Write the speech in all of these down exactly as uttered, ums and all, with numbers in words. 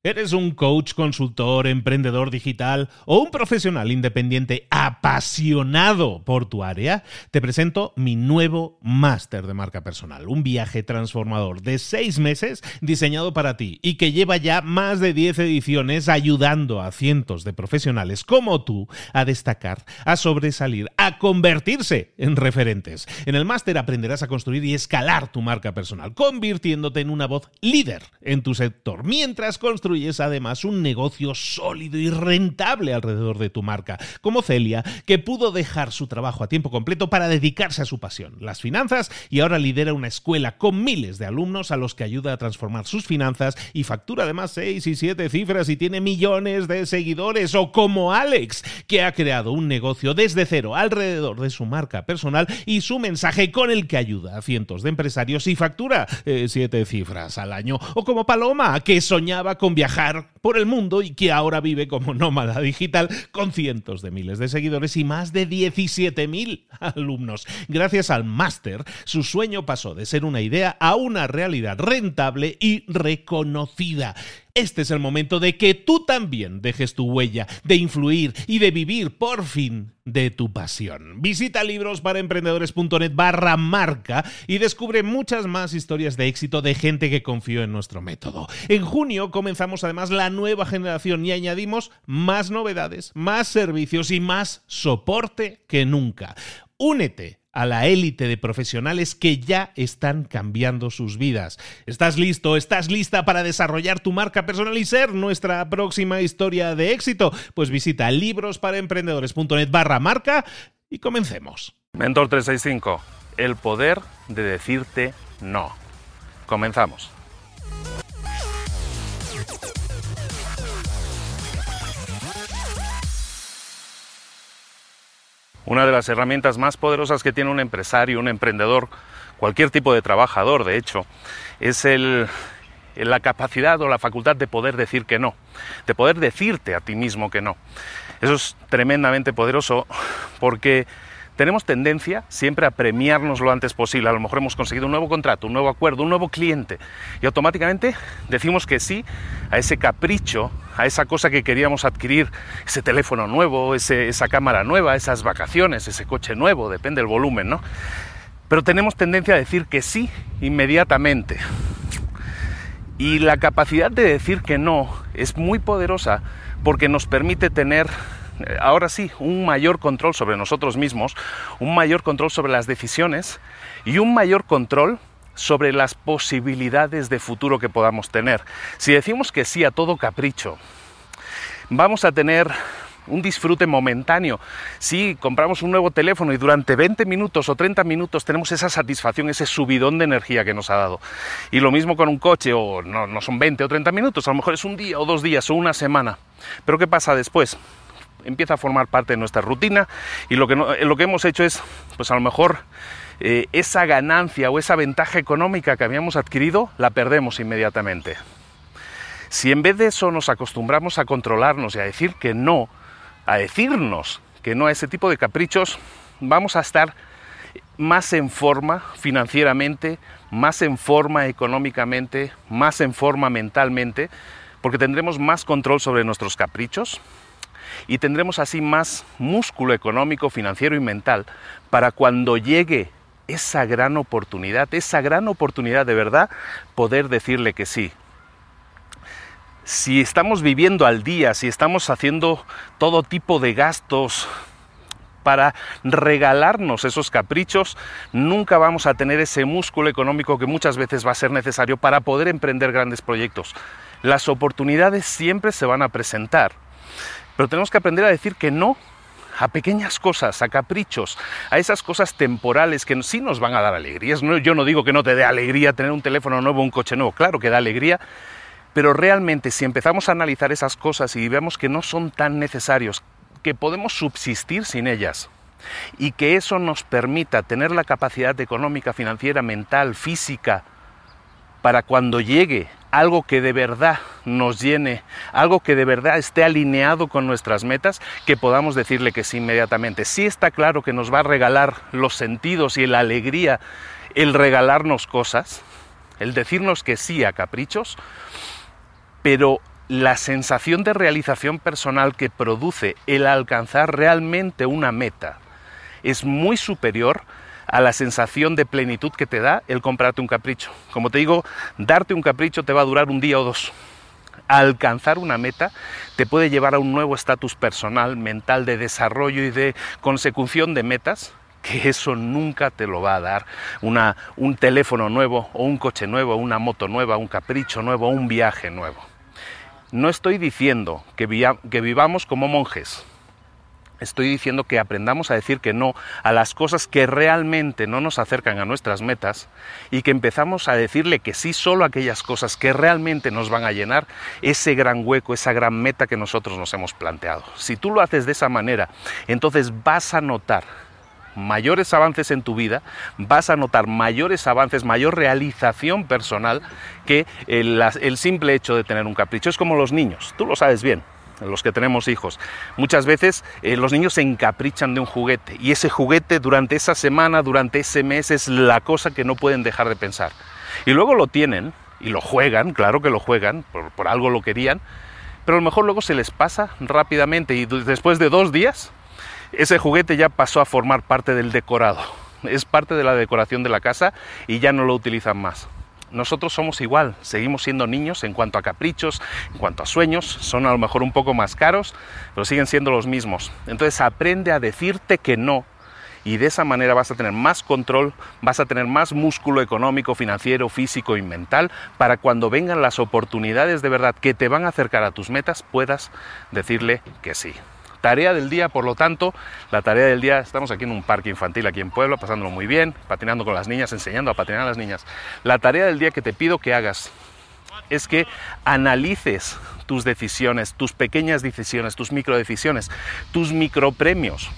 ¿Eres un coach, consultor, emprendedor digital o un profesional independiente apasionado por tu área? Te presento mi nuevo máster de marca personal, un viaje transformador de seis meses diseñado para ti y que lleva ya más de diez ediciones ayudando a cientos de profesionales como tú a destacar, a sobresalir, a convertirse en referentes. En el máster aprenderás a construir y escalar tu marca personal, convirtiéndote en una voz líder en tu sector, mientras construyes es además un negocio sólido y rentable alrededor de tu marca, como Celia, que pudo dejar su trabajo a tiempo completo para dedicarse a su pasión, las finanzas, y ahora lidera una escuela con miles de alumnos a los que ayuda a transformar sus finanzas y factura además seis y siete cifras y tiene millones de seguidores. O como Alex, que ha creado un negocio desde cero alrededor de su marca personal y su mensaje, con el que ayuda a cientos de empresarios y factura eh, siete cifras al año. O como Paloma, que soñaba con viajar por el mundo y que ahora vive como nómada digital con cientos de miles de seguidores y más de diecisiete mil alumnos. Gracias al máster, su sueño pasó de ser una idea a una realidad rentable y reconocida. Este es el momento de que tú también dejes tu huella, de influir y de vivir por fin de tu pasión. Visita librosparaemprendedores.net barra marca y descubre muchas más historias de éxito de gente que confió en nuestro método. En junio comenzamos además la nueva generación y añadimos más novedades, más servicios y más soporte que nunca. Únete a la élite de profesionales que ya están cambiando sus vidas. ¿Estás listo? ¿Estás lista para desarrollar tu marca personal y ser nuestra próxima historia de éxito? Pues visita librosparaemprendedores.net barra marca y comencemos. Mentor trescientos sesenta y cinco, el poder de decirte no. Comenzamos. Una de las herramientas más poderosas que tiene un empresario, un emprendedor, cualquier tipo de trabajador, de hecho, es el, la capacidad o la facultad de poder decir que no, de poder decirte a ti mismo que no. Eso es tremendamente poderoso porque tenemos tendencia siempre a premiarnos lo antes posible. A lo mejor hemos conseguido un nuevo contrato, un nuevo acuerdo, un nuevo cliente y automáticamente decimos que sí a ese capricho, a esa cosa que queríamos adquirir, ese teléfono nuevo, ese, esa cámara nueva, esas vacaciones, ese coche nuevo, depende del volumen, ¿no? Pero tenemos tendencia a decir que sí inmediatamente. Y la capacidad de decir que no es muy poderosa porque nos permite tener, ahora sí, un mayor control sobre nosotros mismos, un mayor control sobre las decisiones y un mayor control sobre las posibilidades de futuro que podamos tener. Si decimos que sí a todo capricho, vamos a tener un disfrute momentáneo. Si compramos un nuevo teléfono y durante veinte minutos o treinta minutos tenemos esa satisfacción, ese subidón de energía que nos ha dado. Y lo mismo con un coche, o no, no son veinte o treinta minutos, a lo mejor es un día o dos días o una semana. Pero ¿qué pasa después? Empieza a formar parte de nuestra rutina y lo que, no, lo que hemos hecho es, pues a lo mejor, eh, esa ganancia o esa ventaja económica que habíamos adquirido, la perdemos inmediatamente. Si en vez de eso nos acostumbramos a controlarnos y a decir que no, a decirnos que no a ese tipo de caprichos, vamos a estar más en forma financieramente, más en forma económicamente, más en forma mentalmente, porque tendremos más control sobre nuestros caprichos y tendremos así más músculo económico, financiero y mental para cuando llegue esa gran oportunidad, esa gran oportunidad de verdad, poder decirle que sí. Si estamos viviendo al día, si estamos haciendo todo tipo de gastos para regalarnos esos caprichos, nunca vamos a tener ese músculo económico que muchas veces va a ser necesario para poder emprender grandes proyectos. Las oportunidades siempre se van a presentar, pero tenemos que aprender a decir que no a pequeñas cosas, a caprichos, a esas cosas temporales que sí nos van a dar alegrías. Yo no digo que no te dé alegría tener un teléfono nuevo, un coche nuevo, claro que da alegría, pero realmente si empezamos a analizar esas cosas y vemos que no son tan necesarios, que podemos subsistir sin ellas y que eso nos permita tener la capacidad económica, financiera, mental, física, para cuando llegue algo que de verdad nos llene, algo que de verdad esté alineado con nuestras metas, que podamos decirle que sí inmediatamente. Sí está claro que nos va a regalar los sentidos y la alegría el regalarnos cosas, el decirnos que sí a caprichos, pero la sensación de realización personal que produce el alcanzar realmente una meta es muy superior a la sensación de plenitud que te da el comprarte un capricho. Como te digo, darte un capricho te va a durar un día o dos. Alcanzar una meta te puede llevar a un nuevo estatus personal, mental, de desarrollo y de consecución de metas, que eso nunca te lo va a dar una, un teléfono nuevo, o un coche nuevo, una moto nueva, un capricho nuevo, un viaje nuevo. No estoy diciendo que, via, que vivamos como monjes. Estoy diciendo que aprendamos a decir que no a las cosas que realmente no nos acercan a nuestras metas y que empezamos a decirle que sí solo a aquellas cosas que realmente nos van a llenar ese gran hueco, esa gran meta que nosotros nos hemos planteado. Si tú lo haces de esa manera, entonces vas a notar mayores avances en tu vida, vas a notar mayores avances, mayor realización personal que el, el simple hecho de tener un capricho. Es como los niños, tú lo sabes bien. Los que tenemos hijos, muchas veces eh, los niños se encaprichan de un juguete y ese juguete durante esa semana, durante ese mes es la cosa que no pueden dejar de pensar y luego lo tienen y lo juegan, claro que lo juegan, por, por algo lo querían, pero a lo mejor luego se les pasa rápidamente y después de dos días ese juguete ya pasó a formar parte del decorado, es parte de la decoración de la casa y ya no lo utilizan más. Nosotros somos igual, seguimos siendo niños en cuanto a caprichos, en cuanto a sueños, son a lo mejor un poco más caros, pero siguen siendo los mismos. Entonces aprende a decirte que no y de esa manera vas a tener más control, vas a tener más músculo económico, financiero, físico y mental para cuando vengan las oportunidades de verdad que te van a acercar a tus metas puedas decirle que sí. Tarea del día, por lo tanto, la tarea del día, estamos aquí en un parque infantil aquí en Puebla, pasándolo muy bien, patinando con las niñas, enseñando a patinar a las niñas. La tarea del día que te pido que hagas es que analices tus decisiones, tus pequeñas decisiones, tus microdecisiones, tus micropremios.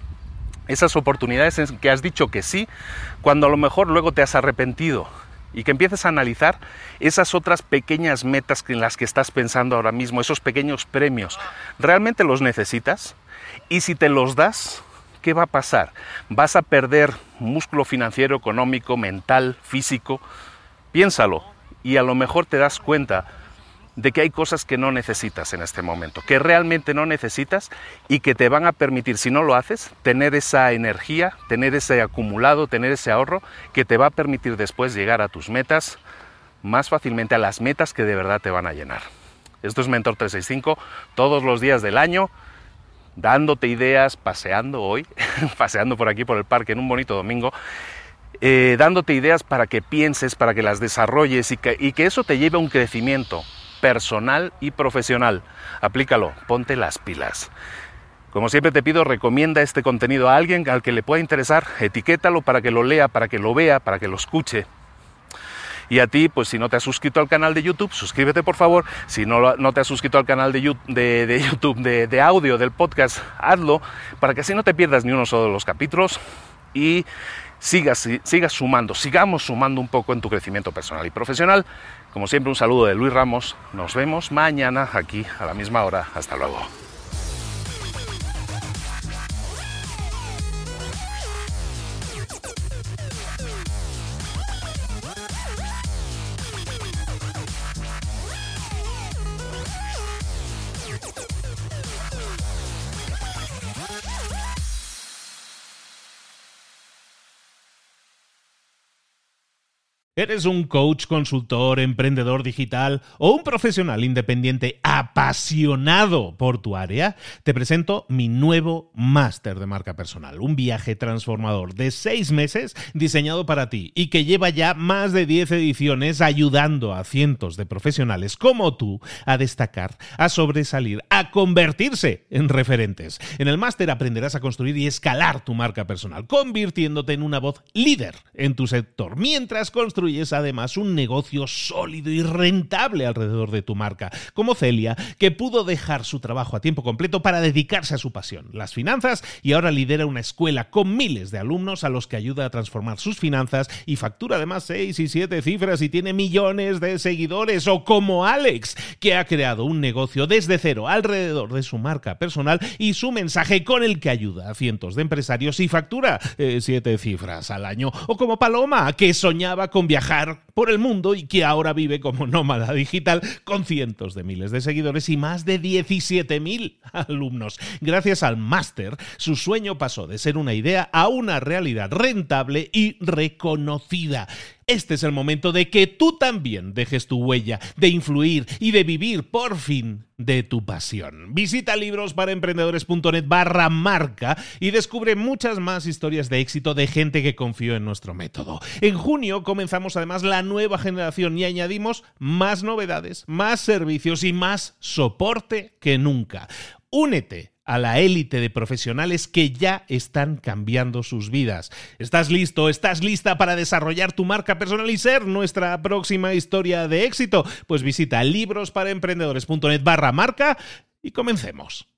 Esas oportunidades en que has dicho que sí, cuando a lo mejor luego te has arrepentido. Y que empieces a analizar esas otras pequeñas metas en las que estás pensando ahora mismo, esos pequeños premios. ¿Realmente los necesitas? Y si te los das, ¿qué va a pasar? ¿Vas a perder músculo financiero, económico, mental, físico? Piénsalo y a lo mejor te das cuenta de que hay cosas que no necesitas en este momento, que realmente no necesitas y que te van a permitir, si no lo haces, tener esa energía, tener ese acumulado, tener ese ahorro que te va a permitir después llegar a tus metas más fácilmente, a las metas que de verdad te van a llenar. Esto es Mentor trescientos sesenta y cinco, todos los días del año, dándote ideas, paseando hoy, paseando por aquí por el parque en un bonito domingo, eh, dándote ideas para que pienses, para que las desarrolles y que, y que eso te lleve a un crecimiento personal y profesional. Aplícalo, ponte las pilas. Como siempre te pido, recomienda este contenido a alguien al que le pueda interesar, etiquétalo para que lo lea, para que lo vea, para que lo escuche. Y a ti, pues si no te has suscrito al canal de YouTube, suscríbete por favor. Si no, no te has suscrito al canal de, de, de YouTube, de, de audio, del podcast, hazlo, para que así no te pierdas ni uno solo de los capítulos y sigas, sigas sumando, sigamos sumando un poco en tu crecimiento personal y profesional. Como siempre, un saludo de Luis Ramos. Nos vemos mañana aquí a la misma hora. Hasta luego. ¿Eres un coach, consultor, emprendedor digital o un profesional independiente apasionado por tu área? Te presento mi nuevo máster de marca personal, un viaje transformador de seis meses diseñado para ti y que lleva ya más de diez ediciones ayudando a cientos de profesionales como tú a destacar, a sobresalir, a convertirse en referentes. En el máster aprenderás a construir y escalar tu marca personal, convirtiéndote en una voz líder en tu sector, mientras construyes además un negocio sólido y rentable alrededor de tu marca, como Celia, que pudo dejar su trabajo a tiempo completo para dedicarse a su pasión, las finanzas, y ahora lidera una escuela con miles de alumnos a los que ayuda a transformar sus finanzas y factura además seis y siete cifras y tiene millones de seguidores, o como Alex, que ha creado un negocio desde cero alrededor de su marca personal y su mensaje con el que ayuda a cientos de empresarios y factura eh, siete cifras al año, o como Paloma, que soñaba con viajar por el mundo y que ahora vive como nómada digital con cientos de miles de seguidores y más de diecisiete mil alumnos. Gracias al máster, su sueño pasó de ser una idea a una realidad rentable y reconocida. Este es el momento de que tú también dejes tu huella, de influir y de vivir por fin de tu pasión. Visita librosparaemprendedores.net barra marca y descubre muchas más historias de éxito de gente que confió en nuestro método. En junio comenzamos además la nueva generación y añadimos más novedades, más servicios y más soporte que nunca. Únete a la élite de profesionales que ya están cambiando sus vidas. ¿Estás listo? ¿Estás lista para desarrollar tu marca personal y ser nuestra próxima historia de éxito? Pues visita librosparaemprendedores.net barra marca y comencemos.